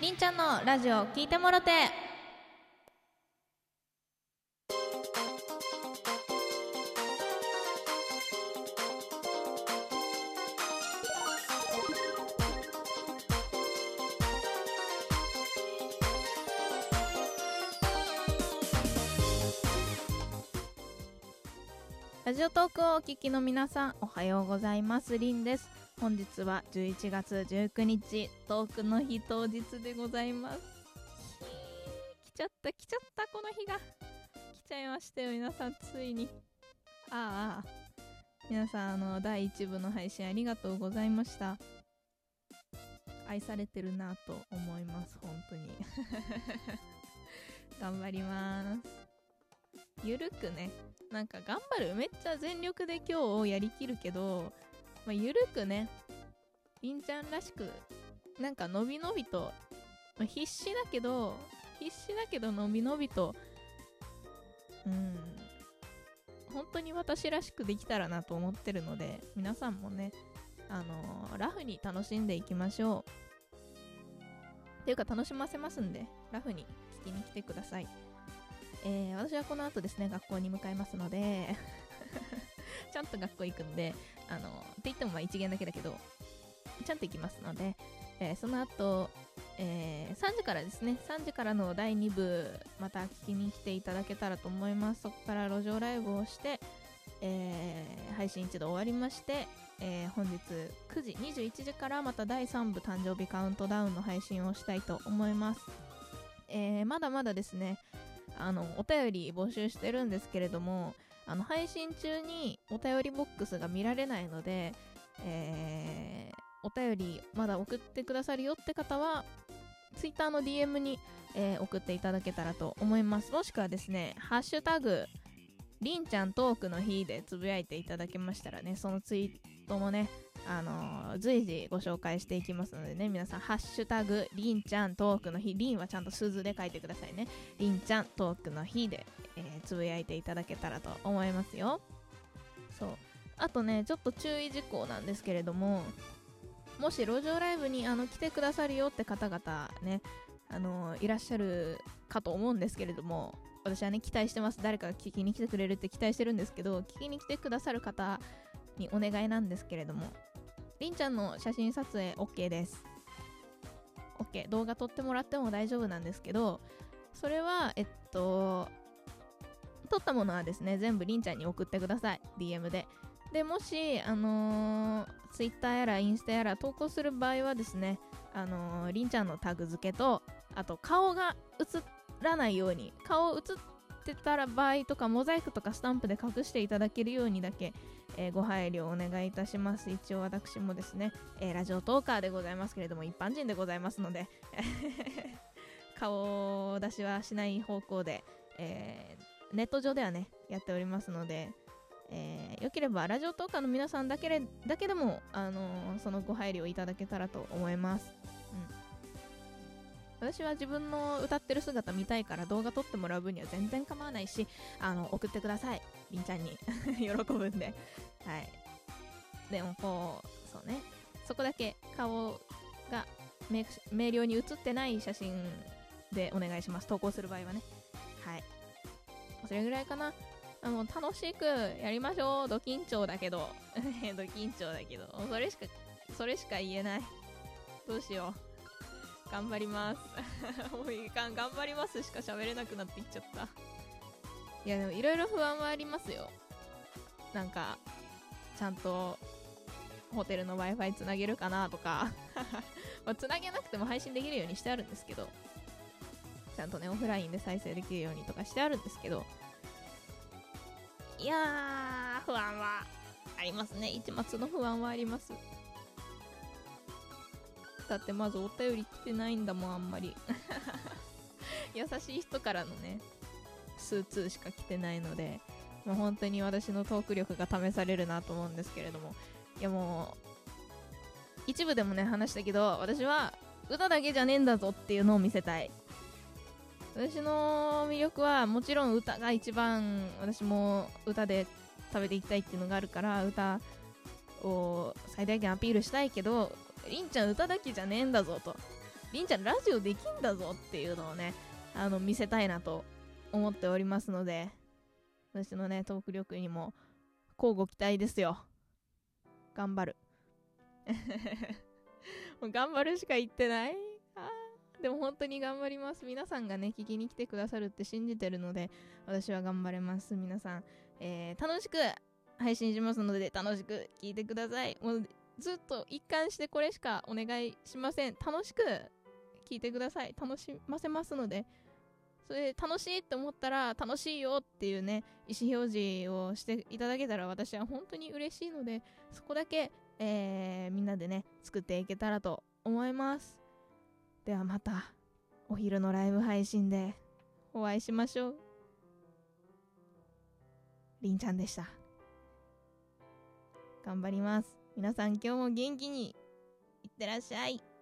りんちゃんのラジオ聞いてもろて。ラジオトークをお聞きの皆さん、おはようございます。りんです。本日は11月19日、トークの日当日でございます。来ちゃったこの日が来ちゃいましたよ、皆さん。ついに皆さん、第1部の配信ありがとうございました。愛されてるなと思います、本当に頑張ります。ゆるくね、なんか頑張る、めっちゃ全力で今日やりきるけど、ゆるくね、りんちゃんらしく、なんかのびのびと、必死だけどのびのびと、本当に私らしくできたらなと思ってるので、皆さんもね、ラフに楽しんでいきましょう。っていうか楽しませますんで、ラフに聞きに来てください。私はこの後ですね、学校に向かいますのでちゃんと学校行くんで、って言っても1限だけだけど、ちゃんと行きますので、その後、3時からですね、3時からの第2部、また聞きに来ていただけたらと思います。そこから路上ライブをして、配信一度終わりまして、本日9時、21時からまた第3部誕生日カウントダウンの配信をしたいと思います。まだまだですね、お便り募集してるんですけれども、配信中にお便りボックスが見られないので、お便りまだ送ってくださるよって方は Twitter の DM に、送っていただけたらと思います。もしくはですね、ハッシュタグりんちゃんトークの日でつぶやいていただけましたらね、そのツイートもね、随時ご紹介していきますのでね、皆さんハッシュタグりんちゃんトークの日、りんはちゃんと鈴で書いてくださいね。りんちゃんトークの日で、つぶやいていただけたらと思いますよ。そう、あとね、ちょっと注意事項なんですけれども、もし路上ライブに来てくださるよって方々ね、いらっしゃるかと思うんですけれども、私はね期待してます。誰かが聞きに来てくれるって期待してるんですけど、聞きに来てくださる方にお願いなんですけれども、りんちゃんの写真撮影 OK です。 OK、 動画撮ってもらっても大丈夫なんですけど、それは撮ったものはですね、全部りんちゃんに送ってください、 DM で。で、もしTwitter やらインスタやら投稿する場合はですね、りんちゃんのタグ付けと、あと顔が映らないように、顔映ってたら場合とかモザイクとかスタンプで隠していただけるようにだけ、ご配慮お願いいたします。一応私もですね、ラジオトーカーでございますけれども、一般人でございますので顔出しはしない方向で、ネット上ではねやっておりますので、よければラジオトーカーの皆さんだけでも、そのご配慮いただけたらと思います。私は自分の歌ってる姿見たいから動画撮ってもらう分には全然構わないし、送ってください、りんちゃんに喜ぶんで。はい。でもそうね、そこだけ顔が明瞭に写ってない写真でお願いします、投稿する場合はね。はい、それぐらいかな。楽しくやりましょう。ド緊張だけどそれしか言えない。どうしよう、頑張りますもういかん、頑張りますしか喋れなくなっていっちゃった。いやでもいろいろ不安はありますよ。なんかちゃんとホテルの Wi-Fi つなげるかなとかつなげなくても配信できるようにしてあるんですけど、ちゃんとねオフラインで再生できるようにとかしてあるんですけど、いやー、不安はありますね。一抹の不安はあります。だってまずお便り来てないんだもん、あんまり優しい人からのね数通しか来てないので、もう本当に私のトーク力が試されるなと思うんですけれども、いやもう一部でもね話したけど、私は歌だけじゃねえんだぞっていうのを見せたい。私の魅力はもちろん歌が一番、私も歌で食べていきたいっていうのがあるから、歌を最大限アピールしたいけど、りんちゃん歌だけじゃねえんだぞと、 りんちゃんラジオできんだぞっていうのをね、見せたいなと思っておりますので、私のね、トーク力にも乞うご期待ですよ。頑張る。もう頑張るしか言ってない。でも本当に頑張ります。皆さんがね、聞きに来てくださるって信じてるので、私は頑張れます。皆さん、楽しく配信しますので、楽しく聞いてください。もうずっと一貫してこれしかお願いしません。楽しく聞いてください。楽しませますので、それで楽しいって思ったら楽しいよっていうね、意思表示をしていただけたら私は本当に嬉しいので、そこだけ、みんなでね、作っていけたらと思います。ではまたお昼のライブ配信でお会いしましょう。りんちゃんでした。頑張ります。皆さん今日も元気にいってらっしゃい。